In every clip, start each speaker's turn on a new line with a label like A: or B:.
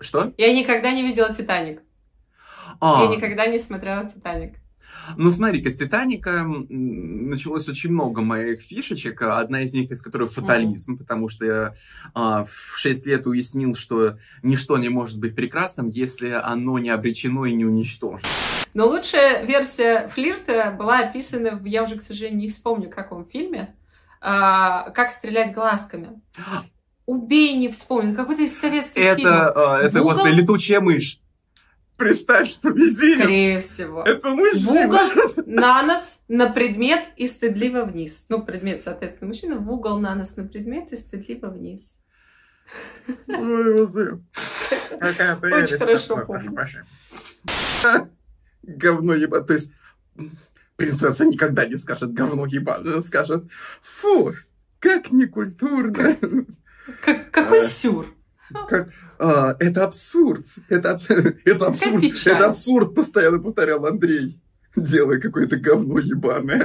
A: Что?
B: Я никогда не видела «Титаник». Я никогда не смотрела «Титаник».
A: Ну, смотри-ка, с «Титаника» началось очень много моих фишечек. Одна из них, из которых фатализм, потому что я в 6 лет уяснил, что ничто не может быть прекрасным, если оно не обречено и не уничтожено.
B: Но лучшая версия флирта была описана, я уже, к сожалению, не вспомню, в каком фильме, «Как стрелять глазками». Убей, не вспомню. Какой-то из советских фильмов.
A: Это, господи, «Летучая мышь». Представь, что мизинец.
B: Скорее всего.
A: Это мужчина.
B: В угол, на нос, на предмет и стыдливо вниз. Ну, предмет, соответственно, мужчина. В угол, на нос, на предмет и стыдливо вниз.
A: Какая прелесть.
B: Очень хорошо помню.
A: Говно ебать. То есть принцесса никогда не скажет говно ебать. Она скажет: фу, как некультурно.
B: Какой сюр.
A: Это абсурд. Это абсурд. Это абсурд, постоянно повторял Андрей, делая какое-то говно ебаное.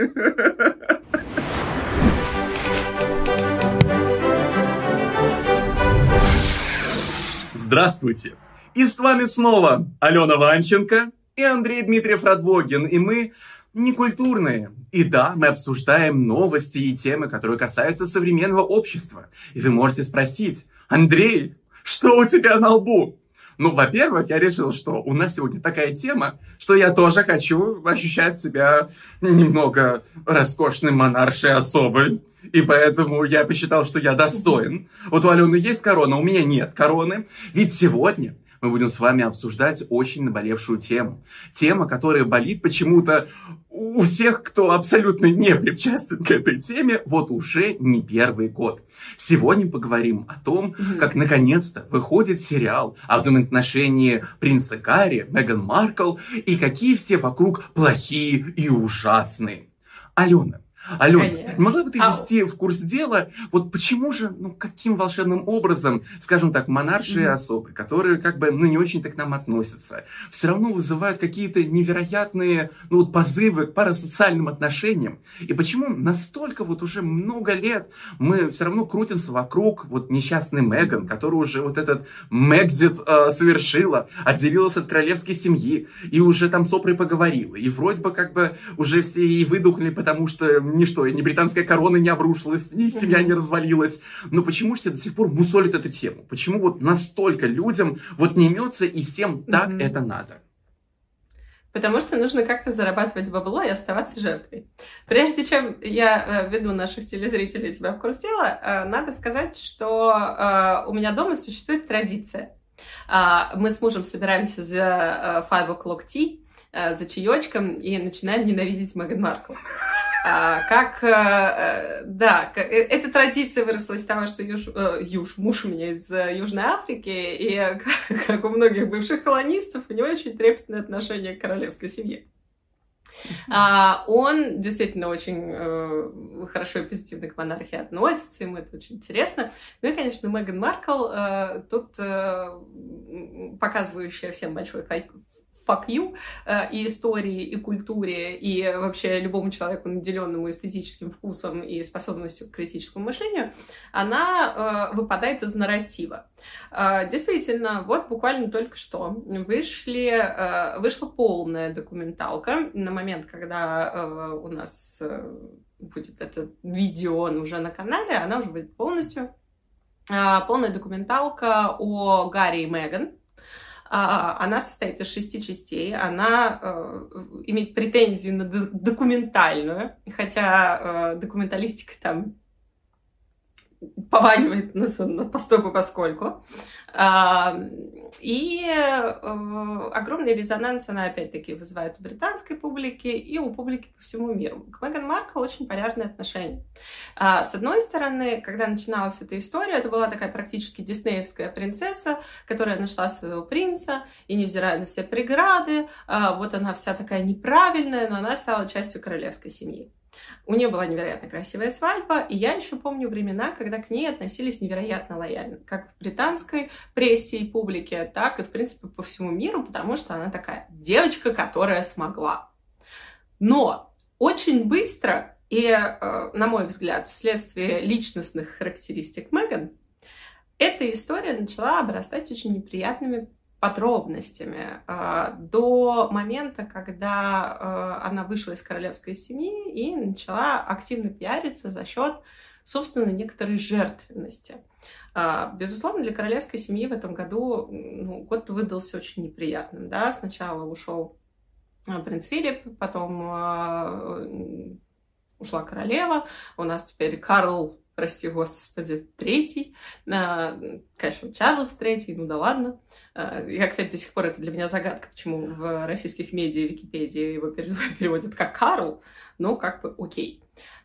A: Здравствуйте. И с вами снова Алена Ванченко и Андрей Дмитриев Радвогин. И мы некультурные. И да, мы обсуждаем новости и темы, которые касаются современного общества. И вы можете спросить: Андрей, что у тебя на лбу? Ну, во-первых, я решил, что у нас сегодня такая тема, что я тоже хочу ощущать себя немного роскошной монаршей особой. И поэтому я посчитал, что я достоин. Вот у Алены есть корона, у меня нет короны. Ведь сегодня мы будем с вами обсуждать очень наболевшую тему. Тема, которая болит почему-то у всех, кто абсолютно не причастен к этой теме, вот уже не первый год. Сегодня поговорим о том, как наконец-то выходит сериал о взаимоотношении принца Гарри, Меган Маркл, и какие все вокруг плохие и ужасные. Алена, не могла бы ты ввести в курс дела, вот почему же, каким волшебным образом, скажем так, монаршие особы, которые как бы, не очень-то к нам относятся, все равно вызывают какие-то невероятные, позывы к парасоциальным отношениям, и почему настолько вот уже много лет мы все равно крутимся вокруг вот несчастной Меган, которая уже вот этот Мэгзит совершила, отделилась от королевской семьи, и уже там с Опрой поговорила, и вроде бы как бы уже все и выдохнули, потому что ничто, ни британская корона не обрушилась, ни семья не развалилась. Но почему же все до сих пор мусолят эту тему? Почему вот настолько людям вот не имется и всем так это надо?
B: Потому что нужно как-то зарабатывать бабло и оставаться жертвой. Прежде чем я веду наших телезрителей тебя в курс дела, надо сказать, что у меня дома существует традиция. Мы с мужем собираемся за 5 o'clock tea, за чаечком, и начинаем ненавидеть Меган Маркл. Эта традиция выросла из того, что муж у меня из Южной Африки, и как у многих бывших колонистов, у него очень трепетное отношение к королевской семье. Он действительно очень хорошо и позитивно к монархии относится, ему это очень интересно. Ну и, конечно, Меган Маркл, тут показывающая всем большой fuck you и истории, и культуре, и вообще любому человеку, наделенному эстетическим вкусом и способностью к критическому мышлению, она выпадает из нарратива. Действительно, вот буквально только что вышла полная документалка. На момент, когда у нас будет это видео уже на канале, она уже будет полностью. Полная документалка о Гарри и Меган. Она состоит из 6 частей, она имеет претензию на документальную, хотя документалистика там пованивает на постольку-поскольку. И огромный резонанс она опять-таки вызывает у британской публики и у публики по всему миру. К Меган Маркл очень полярные отношения. С одной стороны, когда начиналась эта история, это была такая практически диснеевская принцесса, которая нашла своего принца, и невзирая на все преграды, вот она вся такая неправильная, но она стала частью королевской семьи. У нее была невероятно красивая свадьба, и я еще помню времена, когда к ней относились невероятно лояльно, как в британской прессе и публике, так и, в принципе, по всему миру, потому что она такая девочка, которая смогла. Но очень быстро, и, на мой взгляд, вследствие личностных характеристик Меган, эта история начала обрастать очень неприятными подробностями до момента, когда она вышла из королевской семьи и начала активно пиариться за счет, собственно, некоторой жертвенности. Безусловно, для королевской семьи в этом году год выдался очень неприятным. Да? Сначала ушел принц Филипп, потом ушла королева, у нас теперь Карл, прости господи, третий, конечно, Чарльз третий, ну да ладно. Я, кстати, до сих пор, это для меня загадка, почему в российских медиа, Википедии его переводят как Карл, но как бы окей.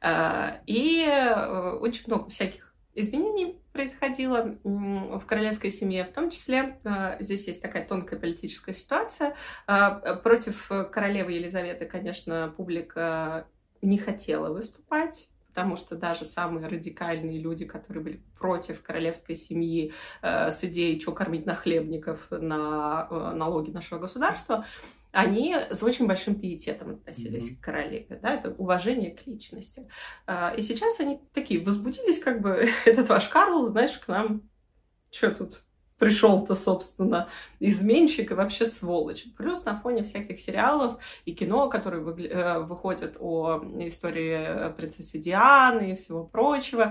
B: И очень много всяких изменений происходило в королевской семье, в том числе здесь есть такая тонкая политическая ситуация. Против королевы Елизаветы, конечно, публика не хотела выступать, потому что даже самые радикальные люди, которые были против королевской семьи с идеей, что кормить нахлебников на налоги нашего государства, они с очень большим пиететом относились к королеве, да, это уважение к личности. И сейчас они такие возбудились, как бы, этот ваш Карл, знаешь, к нам, что тут пришел-то, собственно, изменщик и вообще сволочь. Плюс на фоне всяких сериалов и кино, которые выходят о истории принцессы Дианы и всего прочего,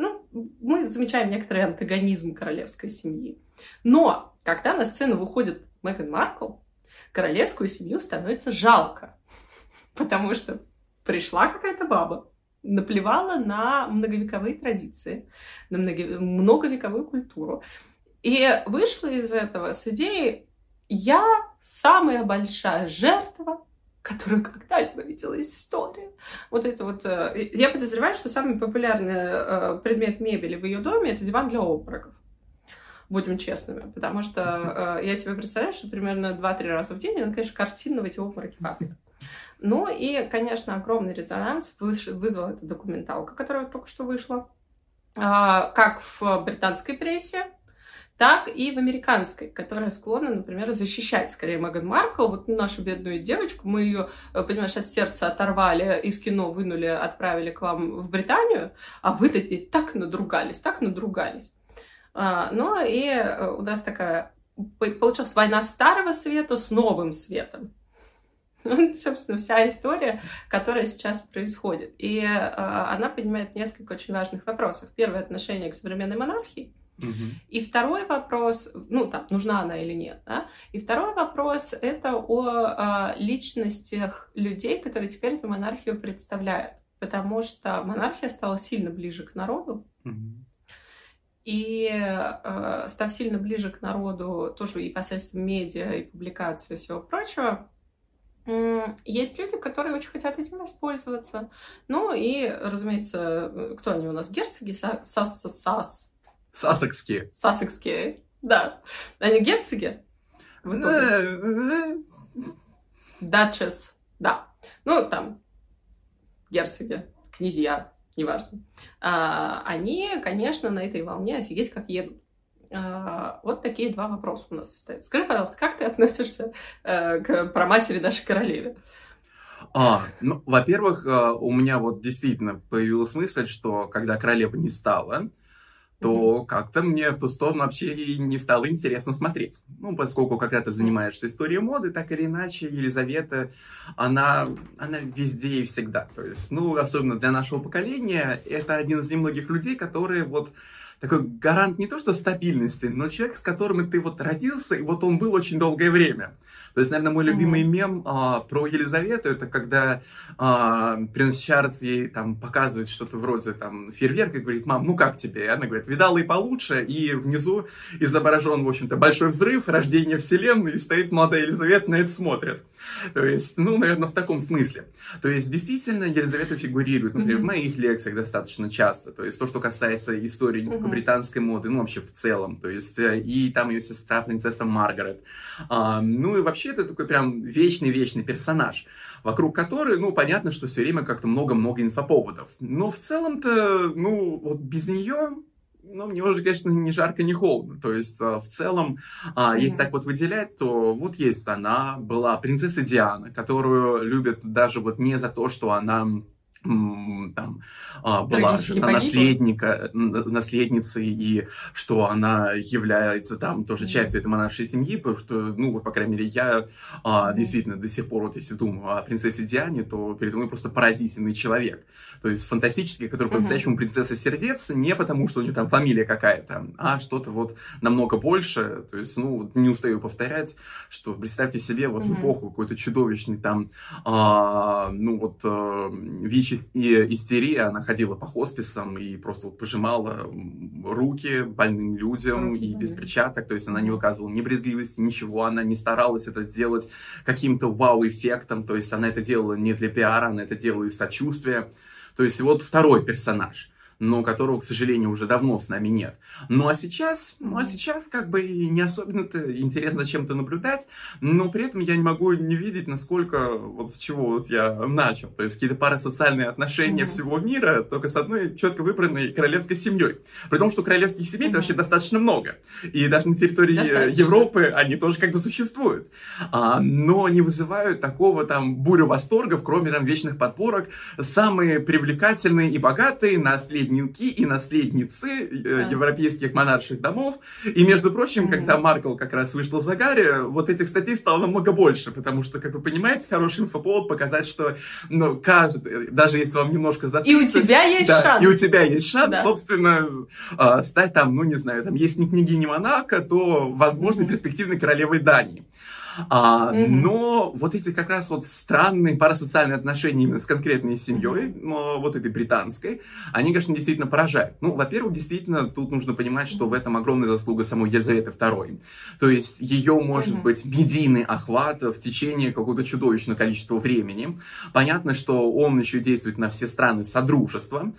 B: мы замечаем некоторый антагонизм королевской семьи. Но когда на сцену выходит Меган Маркл, королевскую семью становится жалко, потому что пришла какая-то баба, наплевала на многовековые традиции, на многовековую культуру, и вышла из этого с идеей: я самая большая жертва, которую когда-либо видела история. Вот это вот. Я подозреваю, что самый популярный предмет мебели в ее доме — это диван для обмороков. Будем честными. Потому что я себе представляю, что примерно 2-3 раза в день она, конечно, картинно в эти обмороки падает. Ну и, конечно, огромный резонанс вызвала эта документалка, которая только что вышла. Как в британской прессе, так и в американской, которая склонна, например, защищать скорее Меган Маркл. Вот нашу бедную девочку, мы ее, понимаешь, от сердца оторвали, из кино вынули, отправили к вам в Британию, а вы-то так надругались, так надругались. Ну и у нас такая получилась война Старого Света с Новым Светом. Собственно, вся история, которая сейчас происходит. И она поднимает несколько очень важных вопросов. Первое — отношение к современной монархии. И второй вопрос, нужна она или нет, да? И второй вопрос — это о личностях людей, которые теперь эту монархию представляют. Потому что монархия стала сильно ближе к народу. И став сильно ближе к народу, тоже и посредством медиа, и публикаций, и всего прочего, есть люди, которые очень хотят этим воспользоваться. Ну и, разумеется, кто они у нас? Герцоги?
A: Сассекские.
B: Сассекские, да. Они герцоги? Датчес, да. Ну, там, герцоги, князья, неважно. Они, конечно, на этой волне офигеть как едут. Вот такие два вопроса у нас встают. Скажи, пожалуйста, как ты относишься к праматери нашей королеве?
A: Во-первых, у меня вот действительно появилась мысль, что когда королева не стала, то как-то мне в ту сторону вообще и не стало интересно смотреть. Поскольку когда ты занимаешься историей моды, так или иначе, Елизавета, она везде и всегда. То есть, особенно для нашего поколения, это один из немногих людей, которые вот такой гарант не то что стабильности, но человек, с которым ты вот родился, и вот он был очень долгое время. То есть, наверное, мой любимый мем про Елизавету, это когда принц Чарльз ей там показывает что-то вроде там фейерверка и говорит: мам, как тебе? И она говорит: видала и получше, и внизу изображен, в общем-то, большой взрыв, рождение вселенной, и стоит молодая Елизавета, на это смотрит. То есть, наверное, в таком смысле. То есть, действительно, Елизавета фигурирует, например, в моих лекциях достаточно часто. То есть, то, что касается истории британской моды, вообще в целом. То есть, и там ее сестра, принцесса Маргарет. И вообще это такой прям вечный-вечный персонаж, вокруг которой, понятно, что все время как-то много-много инфоповодов. Но в целом-то, вот без нее, мне уже, конечно, ни жарко, ни холодно. То есть, в целом, если так вот выделять, то вот есть она, была принцесса Диана, которую любят даже вот не за то, что она там была жена наследницей, и что она является там тоже частью этой монаршей семьи, потому что, ну, вот, по крайней мере, я действительно до сих пор, вот если думаю о принцессе Диане, то передо мной просто поразительный человек. То есть фантастический, который по-настоящему принцесса сердец, не потому, что у нее там фамилия какая-то, а что-то вот намного больше. То есть, ну, не устаю повторять, что представьте себе вот в эпоху какой-то чудовищный там, ну, вот, ВИЧ и истерия, она ходила по хосписам и просто вот пожимала руки больным людям и без перчаток, то есть она не выказывала ни брезгливости, ничего, она не старалась это сделать каким-то вау-эффектом, то есть она это делала не для пиара, она это делала из сочувствия. То есть вот второй персонаж, но которого, к сожалению, уже давно с нами нет. Ну а сейчас как бы и не особенно-то интересно чем-то наблюдать, но при этом я не могу не видеть, насколько, вот с чего вот я начал. То есть какие-то парасоциальные отношения всего мира, только с одной четко выбранной королевской семьей. При том, что королевских семей вообще достаточно много. И даже на территории Европы они тоже как бы существуют. Но не вызывают такого там бурю восторгов, кроме там вечных подборок. Самые привлекательные и богатые наследники и наследницы европейских монарших домов. И, между прочим, когда Маркл как раз вышла за Гарри, вот этих статей стало намного больше, потому что, как вы понимаете, хороший инфоповод показать, что, ну, каждый, даже если вам немножко затруднится... И у тебя есть шанс. И у тебя есть шанс, собственно, стать там, ну, не знаю, там, если не княгиней Монако, то, возможно, перспективной королевой Дании. Но вот эти как раз вот странные парасоциальные отношения именно с конкретной семьей, вот этой британской, они, конечно, действительно поражают. Ну, во-первых, действительно, тут нужно понимать, что в этом огромная заслуга самой Елизаветы II. То есть ее, может быть, медийный охват в течение какого-то чудовищного количества времени. Понятно, что он еще действует на все страны Содружества,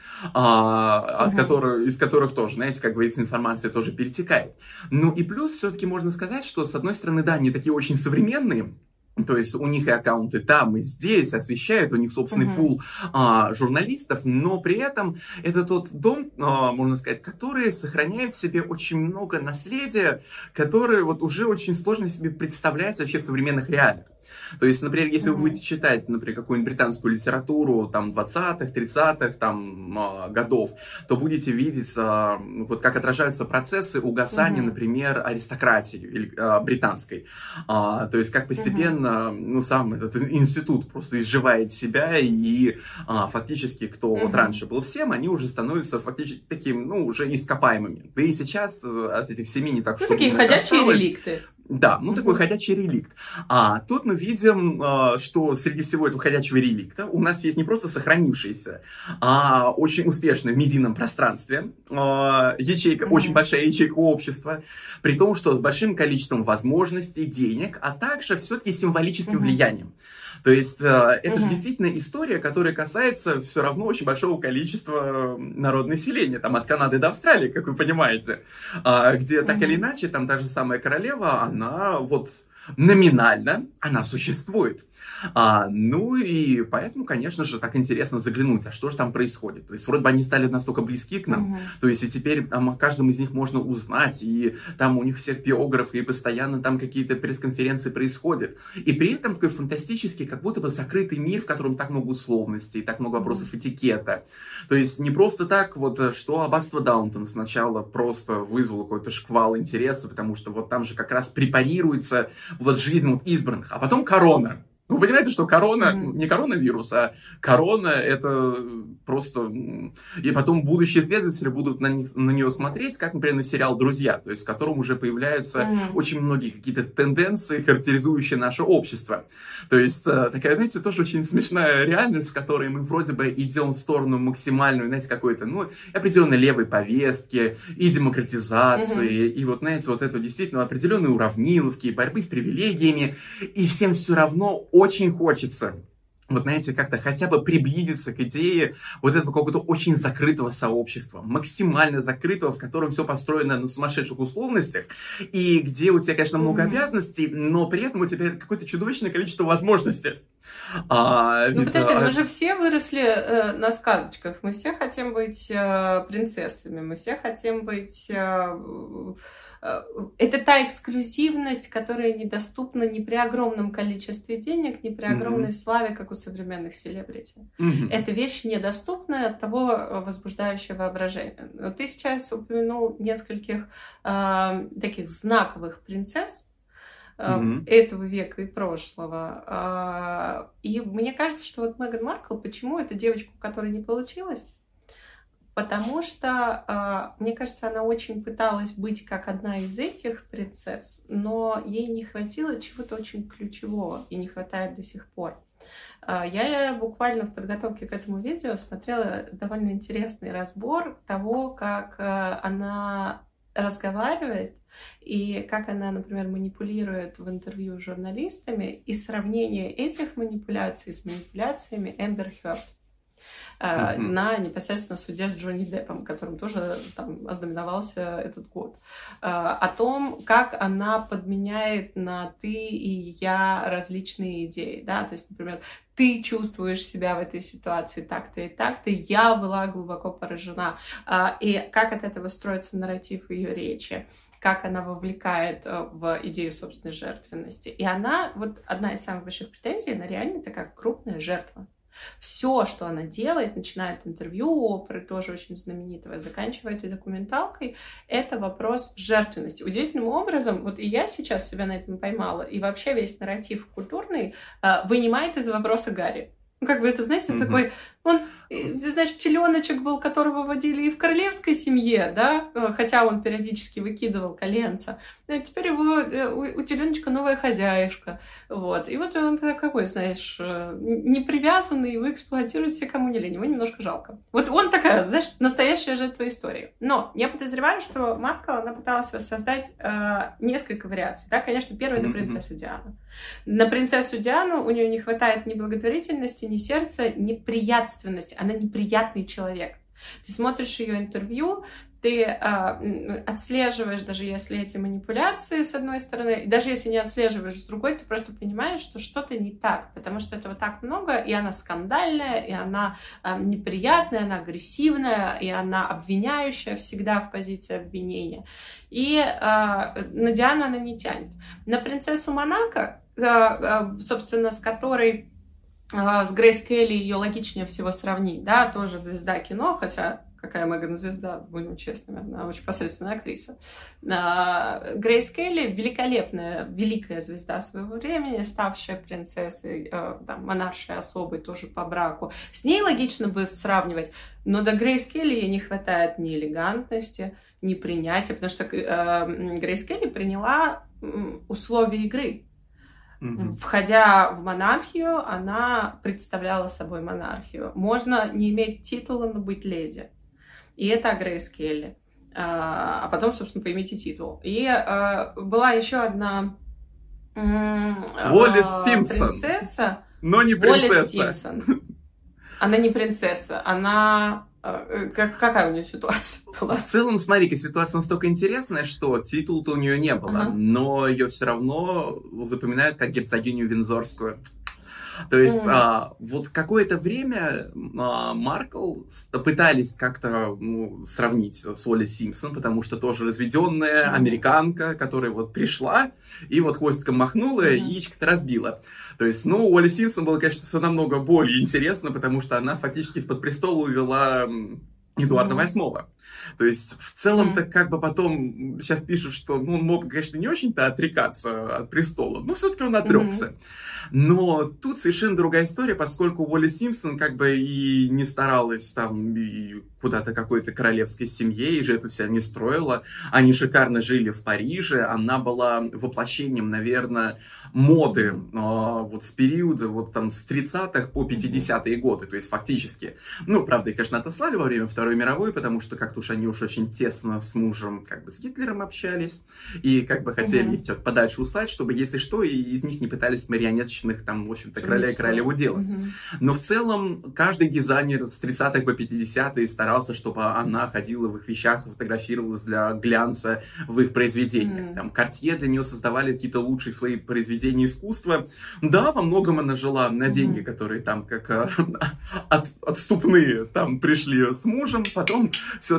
A: из которых тоже, знаете, как говорится, информация тоже перетекает. Ну и плюс, все-таки можно сказать, что, с одной стороны, да, они такие очень современные, то есть у них и аккаунты там, и здесь, освещают, у них собственный пул журналистов, но при этом это тот дом, можно сказать, который сохраняет в себе очень много наследия, которое вот уже очень сложно себе представлять вообще в современных реалиях. То есть, например, если вы будете читать, например, какую-нибудь британскую литературу там 20-х, 30-х там, годов, то будете видеть, вот как отражаются процессы угасания, например, аристократии британской. То есть, как постепенно, ну, сам этот институт просто изживает себя, и фактически, кто вот раньше был всем, они уже становятся фактически таким, ну, уже ископаемыми. Да и сейчас от этих семей не так, что
B: такие ходячие реликты.
A: Да, ну такой ходячий реликт. Тут мы видим, что среди всего этого ходячего реликта у нас есть не просто сохранившаяся, а очень успешная в медийном пространстве ячейка, очень большая ячейка общества, при том, что с большим количеством возможностей, денег, а также все-таки символическим влиянием. То есть это же действительно история, которая касается все равно очень большого количества народонаселения, там от Канады до Австралии, как вы понимаете, где так или иначе, там та же самая королева, она вот номинально, она существует. Ну и поэтому, конечно же, так интересно заглянуть, а что же там происходит. То есть вроде бы они стали настолько близки к нам, то есть и теперь там, о каждом из них можно узнать, и там у них всех биографы, и постоянно там какие-то пресс-конференции происходят. И при этом такой фантастический, как будто бы закрытый мир, в котором так много условностей, так много вопросов этикета. То есть не просто так, вот что аббатство Даунтон сначала просто вызвало какой-то шквал интереса, потому что вот там же как раз препарируется вот жизнь вот избранных, а потом корона. Вы понимаете, что корона, не коронавирус, а корона это просто... И потом будущие исследователи будут на нее смотреть, как, например, на сериал «Друзья», то есть в котором уже появляются очень многие какие-то тенденции, характеризующие наше общество. То есть такая, знаете, тоже очень смешная реальность, в которой мы вроде бы идем в сторону максимальной, знаете, какой-то, ну, определенной левой повестки и демократизации, и вот, знаете, вот это действительно определенные уравниловки, борьбы с привилегиями, и всем все равно очень хочется, вот знаете, как-то хотя бы приблизиться к идее вот этого какого-то очень закрытого сообщества, максимально закрытого, в котором все построено на сумасшедших условностях, и где у тебя, конечно, много обязанностей, но при этом у тебя какое-то чудовищное количество возможностей.
B: Ну подожди, мы же все выросли на сказочках, мы все хотим быть принцессами, мы все хотим быть это та эксклюзивность, которая недоступна ни при огромном количестве денег, ни при огромной славе, как у современных селебрити. Эта вещь недоступна, от того возбуждающее воображение. Но ты сейчас упомянул нескольких таких знаковых принцесс этого века и прошлого. И мне кажется, что вот Меган Маркл, почему эта девочка, у которой не получилось? Потому что, мне кажется, она очень пыталась быть как одна из этих принцесс, но ей не хватило чего-то очень ключевого, и не хватает до сих пор. Я буквально в подготовке к этому видео смотрела довольно интересный разбор того, как она разговаривает и как она, например, манипулирует в интервью с журналистами, и сравнение этих манипуляций с манипуляциями Эмбер Хёрд на непосредственно суде с Джонни Деппом, которым тоже там ознаменовался этот год. О том, как она подменяет на «ты» и «я» различные идеи. Да? То есть, например, ты чувствуешь себя в этой ситуации так-то и так-то, я была глубоко поражена. И как от этого строится нарратив ее речи, как она вовлекает в идею собственной жертвенности. И она, вот одна из самых больших претензий, она реально такая крупная жертва. Все, что она делает, начиная от интервью Опры, тоже очень знаменитого, заканчивая этой документалкой, это вопрос жертвенности. Удивительным образом, вот и я сейчас себя на этом поймала, и вообще весь нарратив культурный вынимает из вопроса Гарри. Ну, как бы это, знаете, такой... Он, ты знаешь, теленочек был, которого водили и в королевской семье, да, хотя он периодически выкидывал коленца. А теперь его, у теленочка новая хозяюшка, вот. И вот он какой, знаешь, непривязанный, его эксплуатируют все, кому не лень, его немножко жалко. Вот он такая, знаешь, настоящая жертва истории. Но я подозреваю, что Маркл, она пыталась воссоздать несколько вариаций, да, конечно, первая — это принцесса Диана. На принцессу Диану у нее не хватает ни благотворительности, ни сердца, ни приятственности. Она неприятный человек. Ты смотришь ее интервью, ты отслеживаешь, даже если эти манипуляции, с одной стороны, и даже если не отслеживаешь, с другой, ты просто понимаешь, что что-то не так, потому что этого так много, и она скандальная, и она неприятная, она агрессивная, и она обвиняющая, всегда в позиции обвинения. И на Диану она не тянет. На принцессу Монако, собственно, с которой... С Грейс Келли ее логичнее всего сравнить, да, тоже звезда кино, хотя какая Меган звезда, будем честными, она очень посредственная актриса. Грейс Келли великолепная, великая звезда своего времени, ставшая принцессой, там, монаршей особой тоже по браку. С ней логично бы сравнивать, но до Грейс Келли ей не хватает ни элегантности, ни принятия, потому что Грейс Келли приняла условия игры. Входя в монархию, она представляла собой монархию. Можно не иметь титула, но быть леди. И это Грейс Келли. А потом, собственно, поймите титул. И была еще одна
A: Уоллес Симпсон.
B: Принцесса.
A: Но не принцесса.
B: Уоллес Симпсон. Она не принцесса, она... Какая у нее ситуация была?
A: В целом, смотри-ка, ситуация настолько интересная, что титула-то у нее не было, но ее все равно запоминают как герцогиню Виндзорскую. То есть вот какое-то время Маркл пытались как-то сравнить с Уоллес Симпсон, потому что тоже разведенная американка, которая вот пришла и вот хвостиком махнула и яичко-то разбила. То есть, ну, у Уоллес Симпсон было, конечно, все намного более интересно, потому что она фактически из-под престола увела Эдуарда VIII. То есть, в целом-то, как бы потом сейчас пишут, что он мог, конечно, не очень-то отрекаться от престола, но все-таки он отрекся. Но тут совершенно другая история, поскольку Уоллес Симпсон как бы и не старалась там и куда-то какой-то королевской семье, и же это вся не строила. Они шикарно жили в Париже, она была воплощением, наверное, моды вот с периода вот там с 30-х по 50-е годы, то есть фактически. Ну, правда, их, конечно, отослали во время Второй мировой, потому что как-то уж они очень тесно с мужем как бы с Гитлером общались, и как бы хотели их подальше услать, чтобы, если что, и из них не пытались марионеточных там, в общем-то, короля и королеву делать. Но в целом каждый дизайнер с 30-х по 50-е старался, чтобы она ходила в их вещах, фотографировалась для глянца в их произведениях. Там Cartier для нее создавали какие-то лучшие свои произведения искусства. Да, во многом она жила на деньги, которые там как отступные там пришли с мужем. Потом все-таки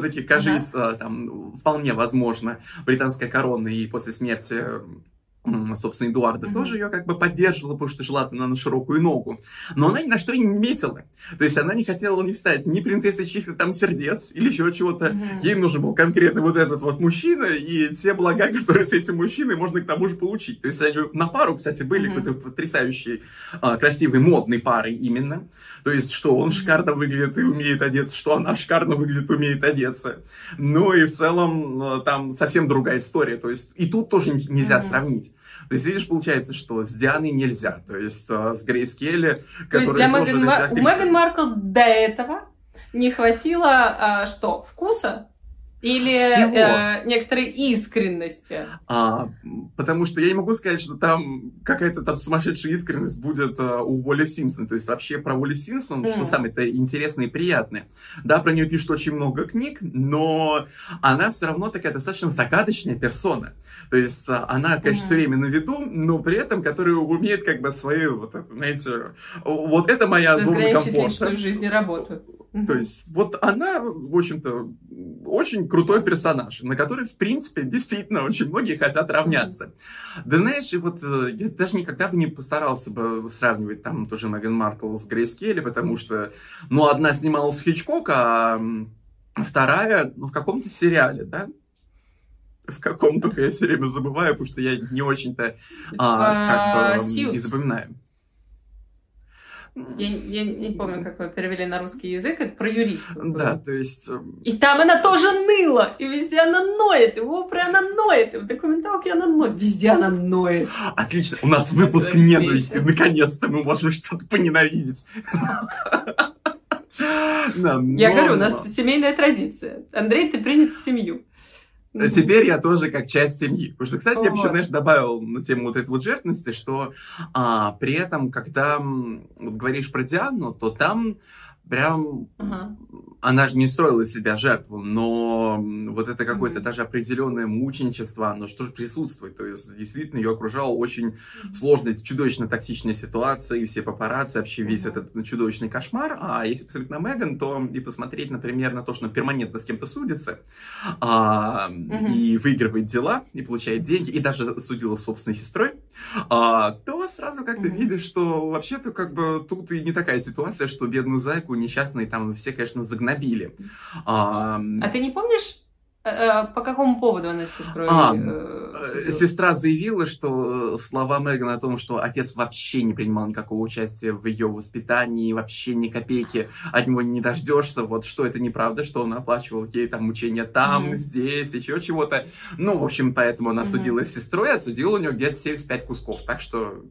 A: все-таки, кажись, там вполне возможно британская корона и после смерти, собственно, Эдуарда тоже ее как бы поддерживала, потому что жила она на широкую ногу. Но она ни на что и не метила. То есть она не хотела не стать ни принцессой чьих-то там сердец или еще чего-то. Ей нужен был конкретно вот этот вот мужчина и те блага, которые с этим мужчиной можно к тому же получить. То есть они на пару, кстати, были какой-то потрясающей, красивой, модной парой именно. То есть, что он шикарно выглядит и умеет одеться, что она шикарно выглядит и умеет одеться. Ну и в целом там совсем другая история. То есть и тут тоже нельзя сравнить. То есть, видишь, получается, что с Дианой нельзя. То есть с Грейс Келли, которая тоже...
B: У Меган Маркл до этого не хватило что? Вкуса? Или некоторой искренности?
A: Потому что я не могу сказать, что там какая-то там сумасшедшая искренность будет у Уолли Симпсон. То есть вообще про Уолли Симпсон, что самое-то интересное и приятное. Да, про нее пишут очень много книг, но она все равно такая достаточно загадочная персона. То есть она, конечно, все время на виду, но при этом, которая умеет как бы свои, вот, знаете, вот это моя зона комфорта.
B: Личную жизнь и работу.
A: То есть вот она, в общем-то, очень крутой персонаж, на который, в принципе, действительно очень многие хотят равняться. Да знаешь, вот я даже никогда бы не постарался бы сравнивать там тоже Меган Маркл с Грейс Келли, потому что, ну, одна снималась в Хичкока, а вторая, ну, в каком-то сериале, да? В каком только я все время забываю, потому что я не очень-то как бы и запоминаю.
B: Я не помню, как вы перевели на русский язык, это про юристов.
A: Да, то есть...
B: И там она тоже ныла, и везде она ноет, и в опере она ноет, и в документалке она ноет, везде она ноет.
A: Отлично, у нас выпуск ненависти, наконец-то мы можем что-то поненавидеть.
B: Я говорю, у нас семейная традиция. Андрей, ты принят в семью.
A: Теперь я тоже как часть семьи. Потому что, кстати, я бы еще, знаешь, добавил на тему вот этой вот жертвенности, что при этом, когда вот, говоришь про Диану, то там прям... Она же не строила из себя жертву, но вот это какое-то даже определенное мученичество, оно что же присутствует. То есть, действительно, ее окружала очень сложная, чудовищно токсичная ситуация, и все папарацци, вообще весь этот чудовищный кошмар. А если посмотреть на Меган, то и посмотреть, например, на то, что она перманентно с кем-то судится, и выигрывает дела, и получает деньги, и даже судила с собственной сестрой, то сразу как-то видишь, что вообще-то как бы тут и не такая ситуация, что бедную зайку несчастные там все, конечно, загнобили.
B: А ты не помнишь, по какому поводу она с сестрой
A: сестра заявила, что слова Меган о том, что отец вообще не принимал никакого участия в ее воспитании, вообще ни копейки от него не дождешься, вот что это неправда, что он оплачивал ей там мучения там, здесь, еще чего-то. Ну, в общем, поэтому она судилась с сестрой, отсудила у нее где-то 75 кусков, так что...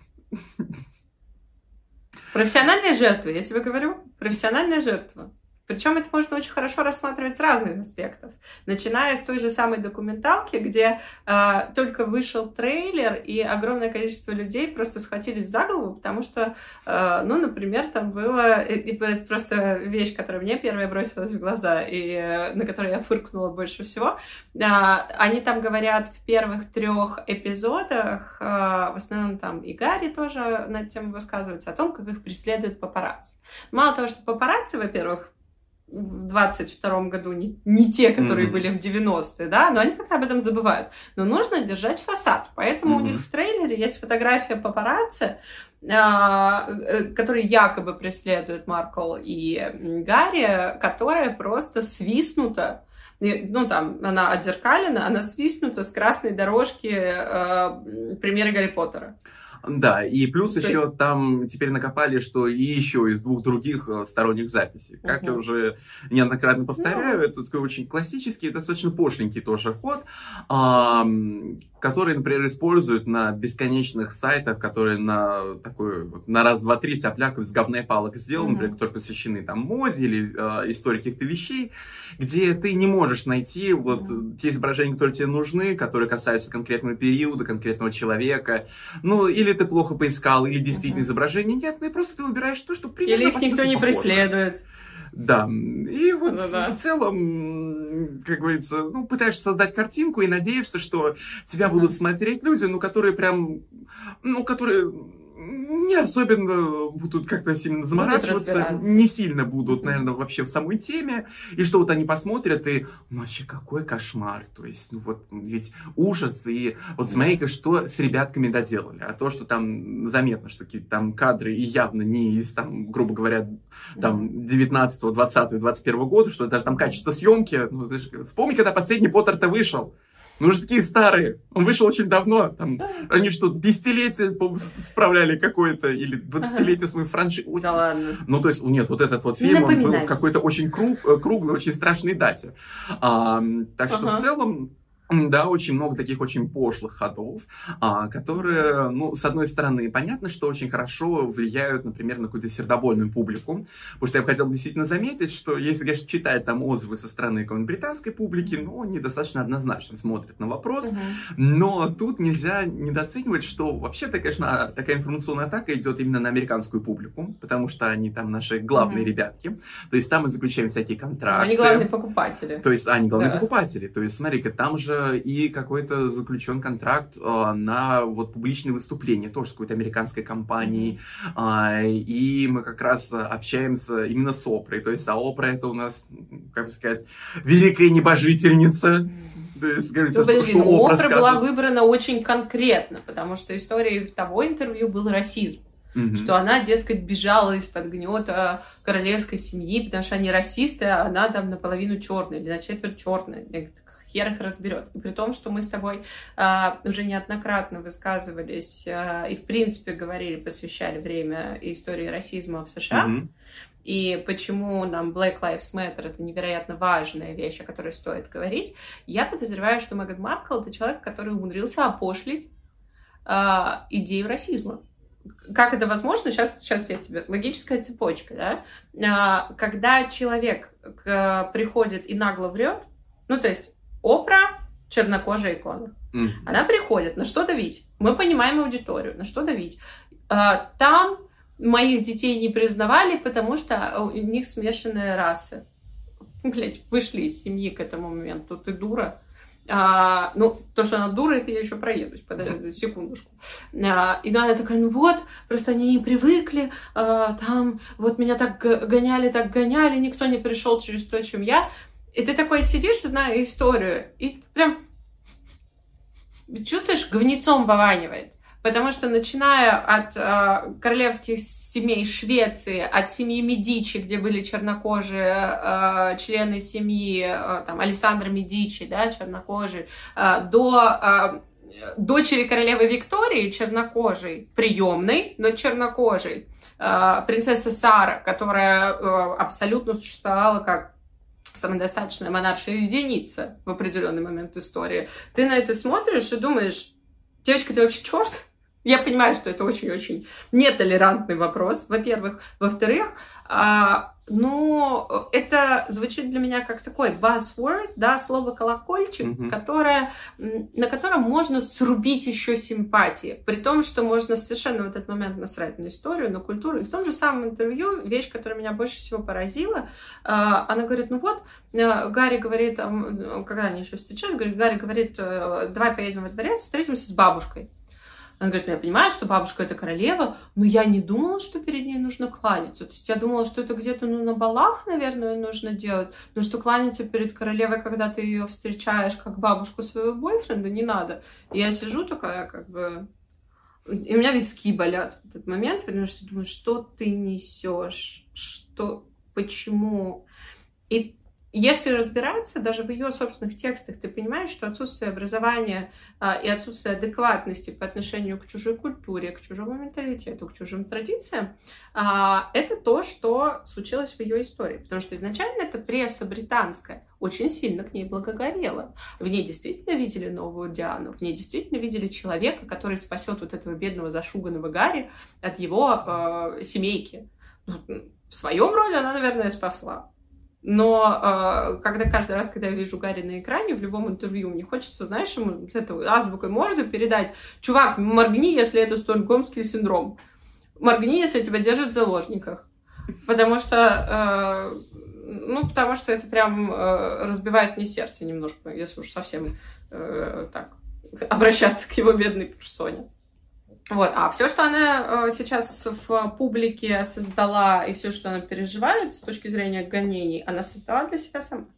B: Профессиональная жертва, я тебе говорю, профессиональная жертва. Причем это можно очень хорошо рассматривать с разных аспектов. Начиная с той же самой документалки, где только вышел трейлер, и огромное количество людей просто схватились за голову, потому что, ну, например, там было... Это просто вещь, которая мне первая бросилась в глаза, и на которой я фыркнула больше всего. Они там говорят в первых 3 эпизодах, в основном там и Гарри тоже на эту тему высказывается, о том, как их преследуют папарацци. Мало того, что папарацци, во-первых, в 22-м году не те, которые были в 90-е, да, но они как-то об этом забывают. Но нужно держать фасад. Поэтому у них в трейлере есть фотография папарацци, которые якобы преследуют Маркл и Гарри, которая просто свистнута. Ну, там, она отзеркалена, она свистнута с красной дорожки премьеры Гарри Поттера.
A: Да, и плюс еще там теперь накопали, что и еще из 2 других сторонних записей. Как я уже неоднократно повторяю, это такой очень классический, достаточно пошленький тоже ход, который, например, используют на бесконечных сайтах, которые на такой вот, на раз, два, три тяп-ляп из говна и палок сделаны, например, которые посвящены там моде или истории каких-то вещей, где ты не можешь найти вот те изображения, которые тебе нужны, которые касаются конкретного периода, конкретного человека, ну, или ты плохо поискал, или действительно изображения нет, ну и просто ты выбираешь то, что примерно
B: или их никто не преследует.
A: Да, и вот в целом, как говорится, ну, пытаешься создать картинку и надеешься, что тебя будут смотреть люди, ну, которые прям, ну, которые не особенно будут как-то сильно заморачиваться, не сильно будут, наверное, вообще в самой теме, и что вот они посмотрят, и вообще какой кошмар, то есть, ну вот, ведь ужас, и вот смотри-ка, что с ребятками доделали, а то, что там заметно, что какие-то там кадры и явно не из, там, грубо говоря, там, 19, 20, 21 года, что даже там качество съемки, ну, вспомни, когда последний Поттер-то вышел. Ну, уже такие старые. Он вышел очень давно. Там, они что, десятилетие, по-моему, справляли какое-то, или 20-летие свою франшизу.
B: Да ладно.
A: Ну, то есть, нет, вот этот вот фильм, он был в какой-то очень круглой, очень страшной дате. Так что, в целом, да, очень много таких очень пошлых ходов, которые, ну, с одной стороны, понятно, что очень хорошо влияют, например, на какую-то сердобольную публику, потому что я бы хотел действительно заметить, что если, конечно, читать там отзывы со стороны какой-нибудь британской публики, ну, они достаточно однозначно смотрят на вопрос, но тут нельзя недооценивать, что вообще-то, конечно, такая информационная атака идет именно на американскую публику, потому что они там наши главные ребятки, то есть там мы заключаем всякие контракты.
B: Они главные покупатели.
A: То есть они главные покупатели, то есть смотри-ка, там же и какой-то заключен контракт на вот публичные выступления, тоже с какой-то американской компанией, и мы как раз общаемся именно с Опрой, то есть, а Опра это у нас, как сказать, великая небожительница. То есть, говорится,
B: Опра была выбрана очень конкретно, потому что историей того интервью был расизм. Что она, дескать, бежала из-под гнета королевской семьи, потому что они расисты, а она там наполовину черная или на четверть черная. Хер их разберет. И при том, что мы с тобой уже неоднократно высказывались и, в принципе, говорили, посвящали время истории расизма в США, и почему нам Black Lives Matter — это невероятно важная вещь, о которой стоит говорить, я подозреваю, что Меган Маркл — это человек, который умудрился опошлить идею расизма. Как это возможно? Сейчас я тебе... Логическая цепочка, да? Когда человек приходит и нагло врет, ну, то есть Опра — чернокожая икона. Она приходит, на что давить? Мы понимаем аудиторию, на что давить. Там моих детей не признавали, потому что у них смешанные расы. Блять, вышли из семьи к этому моменту. Ты дура. Ну, то, что она дура, это я еще проедусь, подожди, секундочку. И она такая, ну вот, просто они не привыкли, там, вот меня так гоняли, никто не пришел через то, чем я. И ты такой сидишь, зная историю, и прям чувствуешь, говнецом пованивает. Потому что, начиная от королевских семей Швеции, от семьи Медичи, где были чернокожие члены семьи, там, Алессандро Медичи, да, чернокожий, до дочери королевы Виктории, чернокожей, приемной, но чернокожей, принцесса Сара, которая абсолютно существовала как самодостаточная монаршая единица в определенный момент истории. Ты на это смотришь и думаешь, девочка, ты вообще черт? Я понимаю, что это очень-очень нетолерантный вопрос, во-первых. Во-вторых, ну, это звучит для меня как такой buzzword, да, слово колокольчик, на котором можно срубить еще симпатии. При том, что можно совершенно в этот момент насрать на историю, на культуру. И в том же самом интервью вещь, которая меня больше всего поразила, она говорит, ну вот, Гарри говорит, когда они еще встречались, Гарри говорит, давай поедем во дворец, встретимся с бабушкой. Она говорит, я понимаю, что бабушка — это королева, но я не думала, что перед ней нужно кланяться. То есть я думала, что это где-то на балах, наверное, нужно делать, но что кланяться перед королевой, когда ты ее встречаешь как бабушку своего бойфренда, не надо. И я сижу такая, как бы... И у меня виски болят в этот момент, потому что думаю, что ты несешь, почему... И если разбираться, даже в ее собственных текстах, ты понимаешь, что отсутствие образования и отсутствие адекватности по отношению к чужой культуре, к чужому менталитету, к чужим традициям, это то, что случилось в ее истории. Потому что изначально эта пресса британская очень сильно к ней благоговела. В ней действительно видели новую Диану, в ней действительно видели человека, который спасет вот этого бедного зашуганного Гарри от его семейки. В своем роде она, наверное, спасла. Но когда каждый раз, когда я вижу Гарри на экране, в любом интервью, мне хочется, знаешь, ему вот эту азбукой Морзе передать: чувак, моргни, если это стокгольмский синдром. Моргни, если тебя держат в заложниках. Потому что это прям разбивает мне сердце немножко, если уж совсем так обращаться к его бедной персоне. Вот. А все, что она сейчас в публике создала, и все, что она переживает с точки зрения гонений, она создала для себя сама.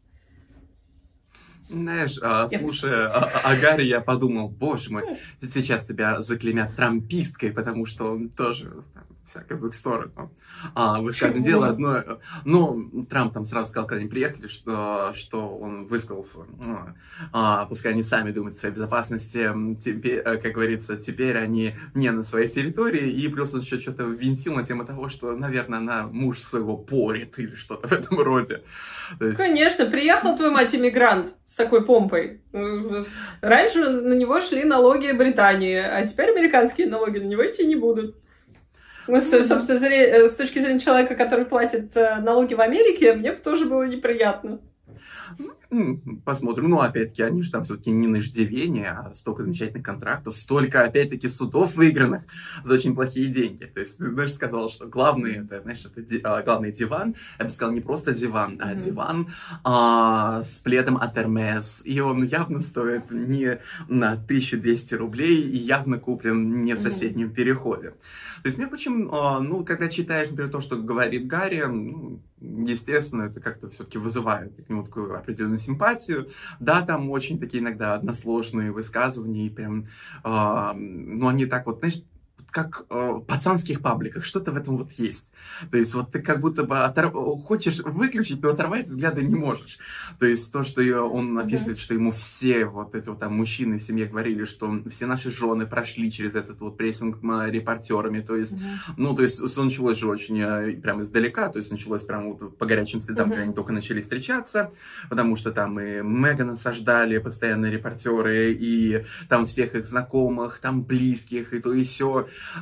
A: Знаешь, слушая о Гарри, я подумал, боже мой, сейчас тебя заклеймят трамписткой, потому что он тоже всякое в их сторону. Высказано дело одно. Ну, Трамп там сразу сказал, когда они приехали, что он высказался. Пускай они сами думают о своей безопасности. Теперь, как говорится, теперь они не на своей территории. И плюс он еще что-то ввинтил на тему того, что, наверное, она муж своего порит или что-то в этом роде.
B: Есть... Конечно, приехал твой мать иммигрант с такой помпой. Раньше на него шли налоги Британии, а теперь американские налоги на него идти не будут. Ну, собственно, с точки зрения человека, который платит налоги в Америке, мне бы тоже было неприятно.
A: Посмотрим. Ну, опять-таки, они же там все-таки не на иждивение, а столько замечательных контрактов, столько, опять-таки, судов выигранных за очень плохие деньги. То есть, ты, знаешь, сказала, что главный, это, знаешь, это главный диван, я бы сказал, не просто диван, а диван с пледом от Hermes. И он явно стоит не на 1200 рублей и явно куплен не в соседнем переходе. То есть, мне почему, ну, когда читаешь, например, то, что говорит Гарри, ну, естественно, это как-то все-таки вызывает к нему такую определенную симпатию. Да, там очень такие иногда односложные высказывания, и прям, ну, они так вот, знаешь, как в пацанских пабликах, что-то в этом вот есть. То есть вот ты как будто бы хочешь выключить, но оторвать взгляда не можешь. То есть то, что он описывает, что ему все вот эти вот там мужчины в семье говорили, что все наши жены прошли через этот вот прессинг репортерами. То есть, ну, то есть все началось же очень прямо издалека, то есть началось прямо вот по горячим следам, когда они только начали встречаться, потому что там и Меган осаждали постоянно репортеры, и там всех их знакомых, там близких, и то и сё.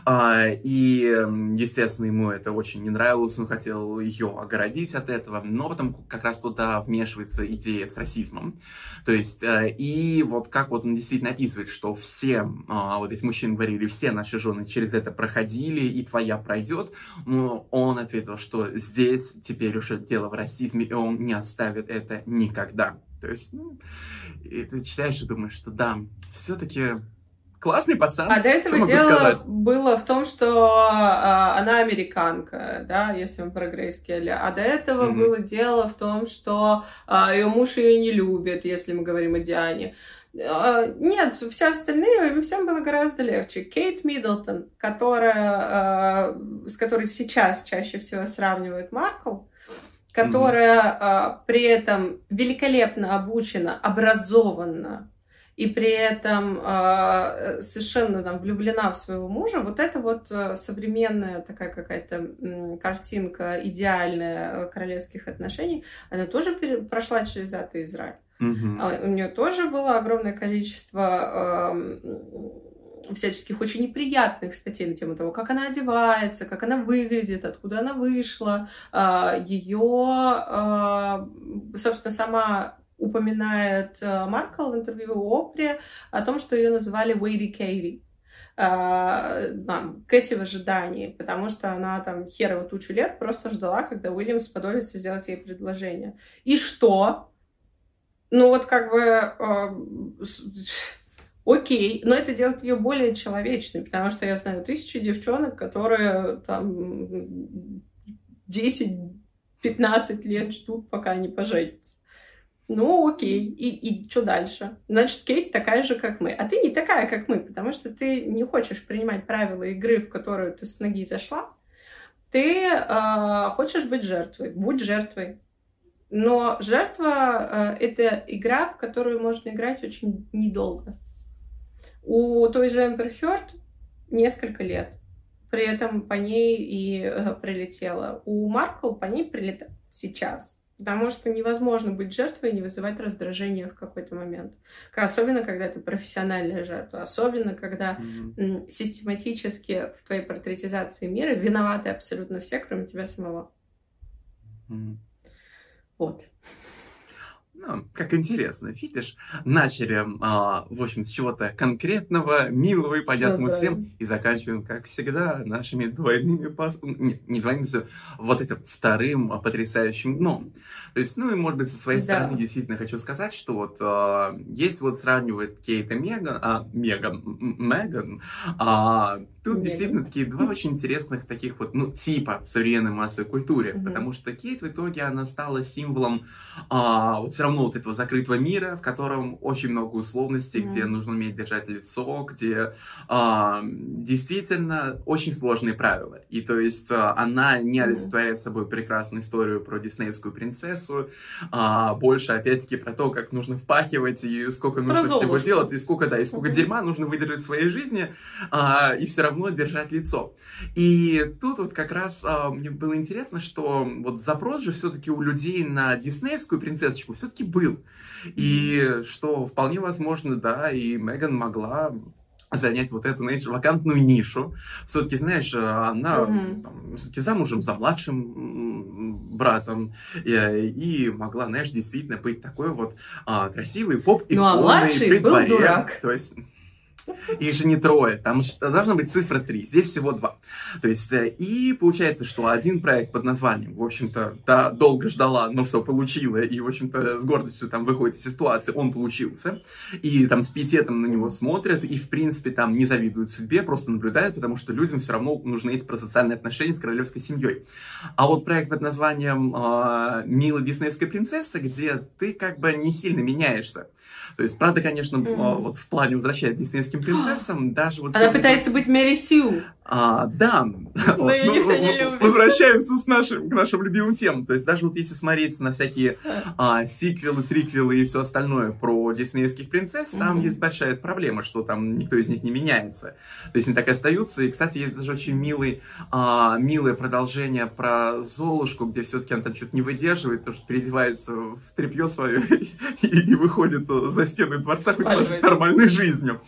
A: И, естественно, ему это очень не нравилось, он хотел ее огородить от этого, но потом как раз туда вмешивается идея с расизмом. То есть, и вот как вот он действительно описывает, что все, вот эти мужчины говорили, все наши жены через это проходили, и твоя пройдет, но он ответил, что здесь теперь уже дело в расизме, и он не оставит это никогда. То есть, ну, и ты читаешь и думаешь, что да, все-таки... Классный пацан.
B: А до этого дело было в том, что она американка, да, если мы про Грейс Келли. А до этого было дело в том, что ее муж ее не любит, если мы говорим о Диане. Нет, все остальные, им всем было гораздо легче. Кейт Миддлтон, с которой сейчас чаще всего сравнивают Маркл, которая при этом великолепно обучена, образована, и при этом совершенно там влюблена в своего мужа, вот это вот современная такая какая-то картинка идеальная королевских отношений, она тоже прошла через ад и Израиль. У нее тоже было огромное количество всяческих очень неприятных статей на тему того, как она одевается, как она выглядит, откуда она вышла. Ее, собственно, сама... упоминает Маркл в интервью Опре о том, что ее называли Уэйди Кейли. Кэти в ожидании, потому что она там херово тучу лет просто ждала, когда Уильямс подумается сделать ей предложение. И что? Ну вот как бы... Окей, но это делает ее более человечной, потому что я знаю 1000 девчонок, которые там 10-15 лет ждут, пока они поженятся. Ну, окей. И что дальше? Значит, Кейт такая же, как мы. А ты не такая, как мы, потому что ты не хочешь принимать правила игры, в которую ты с ноги зашла. Ты хочешь быть жертвой. Будь жертвой. Но жертва это игра, в которую можно играть очень недолго. У той же Эмбер Хёрд несколько лет. При этом по ней и прилетело. У Маркл по ней прилетает сейчас. Потому что невозможно быть жертвой и не вызывать раздражение в какой-то момент. Особенно, когда это профессиональная жертва. Особенно, когда систематически в твоей портретизации мира виноваты абсолютно все, кроме тебя самого. Вот.
A: Ну, как интересно, видишь, начали, в общем, с чего-то конкретного, милого и понятного всем, и заканчиваем, как всегда, нашими двойными не двойными, вот этим вторым потрясающим дном. То есть, ну и, может быть, со своей стороны действительно хочу сказать, что вот если вот сравнивать Кейт и Меган, тут действительно такие два очень интересных таких вот, ну, типа в современной массовой культуре, потому что Кейт в итоге, она стала символом вот все равно вот этого закрытого мира, в котором очень много условностей, где нужно уметь держать лицо, где действительно очень сложные правила. И то есть она не олицетворяет собой прекрасную историю про диснеевскую принцессу, больше, опять-таки, про то, как нужно впахивать и сколько нужно всего делать, и сколько дерьма нужно выдержать в своей жизни, и все равно держать лицо. И тут вот как раз мне было интересно, что вот запрос же все-таки у людей на диснеевскую принцессочку все-таки был. И что вполне возможно, да, и Меган могла занять вот эту, знаешь, вакантную нишу. Все-таки, знаешь, она все-таки замужем за младшим братом и могла, знаешь, действительно быть такой вот красивой поп-иконой.
B: Ну, а младший был дурак.
A: То есть... Их же не трое, там должна быть цифра 3, здесь всего 2. То есть, и получается, что один проект под названием, в общем-то, да, долго ждала, но все получила, и, в общем-то, с гордостью там выходит из ситуации, он получился, и там с пиететом на него смотрят, и, в принципе, там не завидуют судьбе, просто наблюдают, потому что людям все равно нужны эти про социальные отношения с королевской семьей. А вот проект под названием «Милая диснеевская принцесса», где ты как бы не сильно меняешься. То есть, правда, конечно, вот в плане возвращаясь к диснеевским принцессам, даже вот...
B: Она пытается быть Мэри Сью.
A: Да.
B: Но ее никто не любит.
A: Возвращаемся к нашим любимым темам. То есть, даже вот если смотреть на всякие сиквелы, триквелы и все остальное про диснеевских принцесс, там есть большая проблема, что там никто из них не меняется. То есть, они так и остаются. И, кстати, есть даже очень милое продолжение про Золушку, где все-таки она там что-то не выдерживает, потому что переодевается в тряпье свое и выходит за стены дворца хоть нормальной жизнью.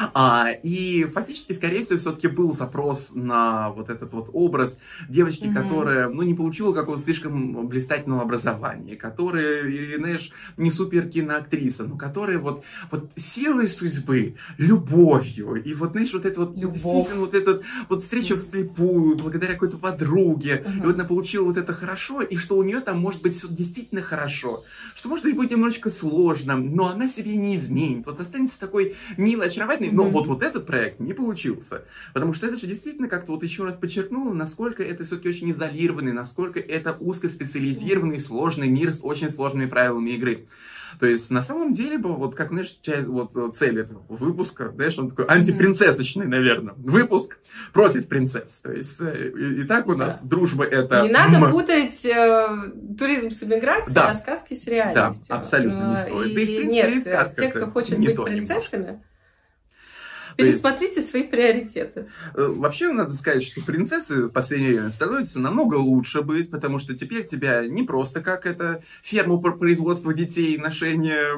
A: И фактически, скорее всего, все-таки был запрос на вот этот вот образ девочки, которая, ну, не получила какого-то слишком блистательного образования, которая, знаешь, не супер киноактриса, но которая вот силой судьбы, любовью, и вот, знаешь, вот это вот, действительно, вот эта вот встреча вслепую, благодаря какой-то подруге, и вот она получила вот это хорошо, и что у нее там может быть все действительно хорошо, что может быть немножечко сложно, но она себе не изменит, вот останется такой милой, очаровательной, но вот этот проект не получился, потому что это же действительно как-то вот еще раз подчеркнуло, насколько это все-таки очень изолированный, насколько это узкоспециализированный, сложный мир с очень сложными правилами игры. То есть, на самом деле, вот как, знаешь, цель этого выпуска, знаешь, он такой антипринцессочный, наверное. Выпуск против принцесс. То есть, и так у нас дружба это...
B: Не надо путать туризм с эмиграцией, а сказки с реальностью.
A: Да, абсолютно не стоит. Да и, в принципе,
B: нет,
A: и в сказках
B: те, кто хочет быть принцессами, пересмотрите
A: есть,
B: свои приоритеты.
A: Вообще, надо сказать, что принцессы в последнее время становятся намного лучше быть, потому что теперь тебя не просто как это ферму по производству детей, ношение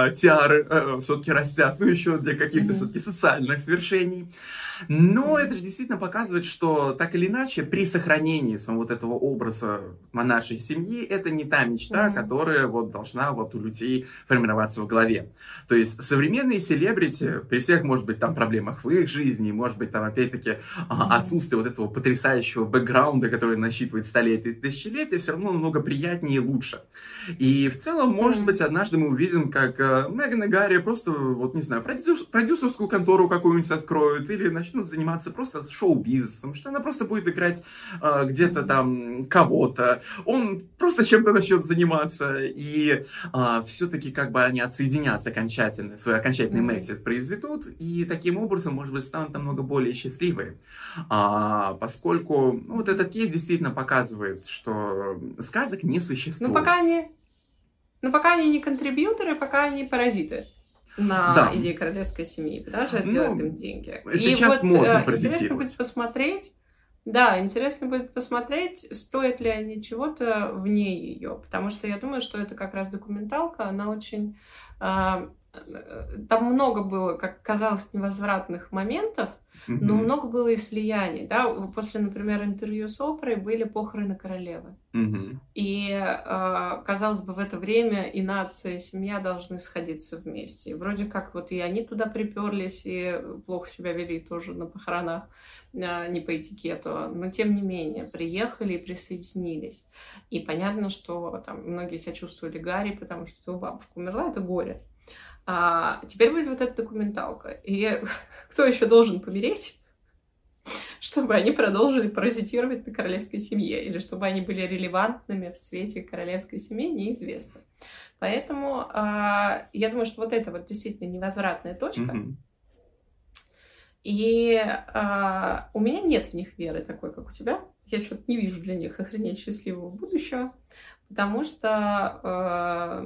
A: тиары все-таки растят, но еще для каких-то все-таки социальных свершений. Но это же действительно показывает, что так или иначе при сохранении самого вот этого образа монаршей семьи это не та мечта, которая вот должна вот у людей формироваться в голове. То есть современные селебрити, при всех, может быть, там проблемах в их жизни, может быть, там опять-таки отсутствие вот этого потрясающего бэкграунда, который насчитывает столетия и тысячелетия, все равно намного приятнее и лучше. И в целом, может быть, однажды мы увидим, как Меган и Гарри просто, вот не знаю, продюсерскую контору какую-нибудь откроют или начнут заниматься просто шоу-бизнесом, что она просто будет играть где-то там кого-то, он просто чем-то начнет заниматься, и все-таки как бы они отсоединятся окончательно, свой окончательный экзит произведут, и таким образом, может быть, станут намного более счастливые. Поскольку вот этот кейс действительно показывает, что сказок не существует.
B: Но пока они не контрибьюторы, пока они паразиты на идее королевской семьи, потому что это делает им деньги.
A: Сейчас можно
B: интересно будет посмотреть, интересно будет посмотреть, стоят ли они чего-то вне ее, потому что я думаю, что это как раз документалка, она очень там много было, как казалось, невозвратных моментов, но много было и слияний, да, после, например, интервью с Опрой были похороны королевы. И, казалось бы, в это время и нация, и семья должны сходиться вместе. И вроде как вот и они туда приперлись, и плохо себя вели тоже на похоронах, не по этикету, но тем не менее приехали и присоединились. И понятно, что там многие себя чувствовали Гарри, потому что его бабушка умерла, это горе. Теперь будет вот эта документалка. И кто еще должен помереть, чтобы они продолжили паразитировать на королевской семье, или чтобы они были релевантными в свете королевской семьи, неизвестно. Поэтому я думаю, что вот это вот действительно невозвратная точка. И у меня нет в них веры такой, как у тебя. Я что-то не вижу для них охренеть счастливого будущего, потому что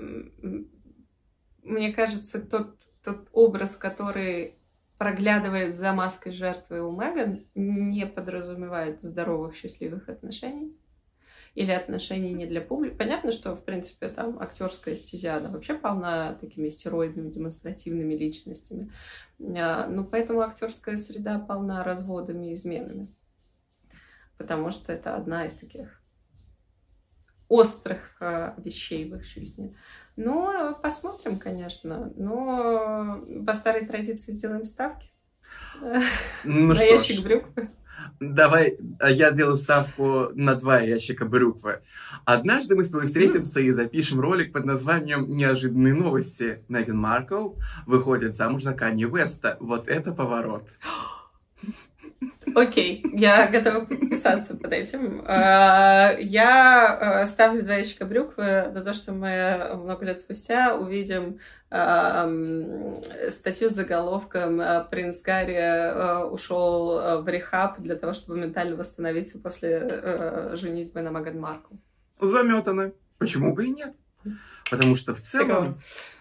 B: мне кажется, тот образ, который проглядывает за маской жертвы у Меган, не подразумевает здоровых, счастливых отношений или отношений не для публики. Понятно, что, в принципе, там актерская стезя, она вообще полна такими стероидными, демонстративными личностями. Но поэтому актерская среда полна разводами и изменами. Потому что это одна из таких острых вещей в их жизни. Но посмотрим, конечно. Но по старой традиции сделаем ставки.
A: Ну
B: на ящик брюквы.
A: Давай, я делаю ставку на 2 ящика брюквы. Однажды мы с тобой встретимся и запишем ролик под названием «Неожиданные новости». Меган Маркл выходит замуж за Канье Уэста. Вот это поворот.
B: Окей, я готова подписаться под этим. Я ставлю 2 ящика брюквы за то, что мы много лет спустя увидим статью с заголовком «Принц Гарри ушел в рехаб для того, чтобы ментально восстановиться после женитьбы на Меган Маркл».
A: Заметано. Почему бы и нет? Потому что в целом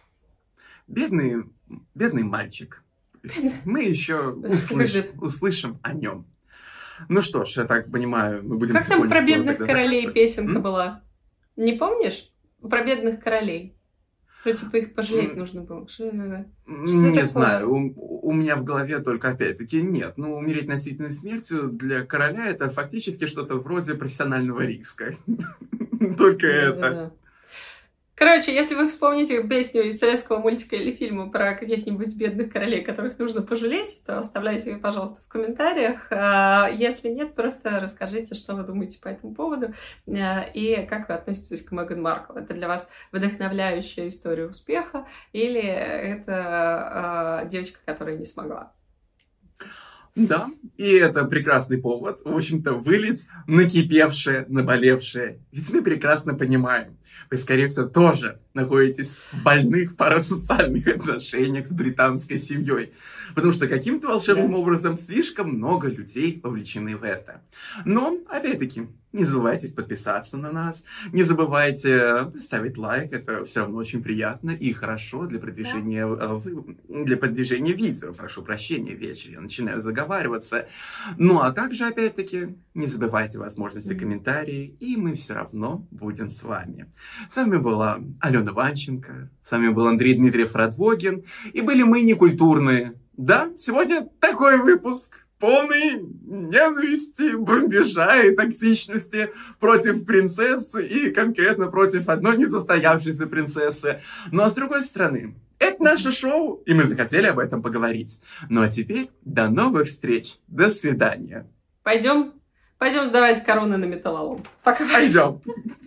A: бедный мальчик. Мы еще услышим о нем. Ну что ж, я так понимаю, мы будем...
B: Как там про бедных королей песенка была? Не помнишь? Про бедных королей. Что, типа, их пожалеть нужно было.
A: Не знаю, у меня в голове только, опять-таки, нет. Ну, умереть насильственной смертью для короля это фактически что-то вроде профессионального риска. Только это...
B: Короче, если вы вспомните песню из советского мультика или фильма про каких-нибудь бедных королей, которых нужно пожалеть, то оставляйте ее, пожалуйста, в комментариях. Если нет, просто расскажите, что вы думаете по этому поводу и как вы относитесь к Меган Маркл. Это для вас вдохновляющая история успеха или это девочка, которая не смогла?
A: Да, и это прекрасный повод, в общем-то, вылить накипевшее, наболевшее. Ведь мы прекрасно понимаем, вы, скорее всего, тоже находитесь в больных парасоциальных отношениях с британской семьей. Потому что каким-то волшебным образом слишком много людей вовлечены в это. Но, опять-таки, не забывайте подписаться на нас, не забывайте ставить лайк, это все равно очень приятно и хорошо для продвижения, видео. Прошу прощения, вечер, я начинаю заговариваться. Ну, а также, опять-таки, не забывайте возможности комментариев, и мы все равно будем с вами. С вами была Алена Ванченко, с вами был Андрей Дмитриев Радвогин, и были мы некультурные. Да, сегодня такой выпуск. Полный ненависти, бомбежа и токсичности против принцессы и конкретно против одной несостоявшейся принцессы. Но с другой стороны, это наше шоу, и мы захотели об этом поговорить. Ну а теперь до новых встреч. До свидания.
B: Пойдем сдавать короны на металлолом. Пока.
A: Пойдем.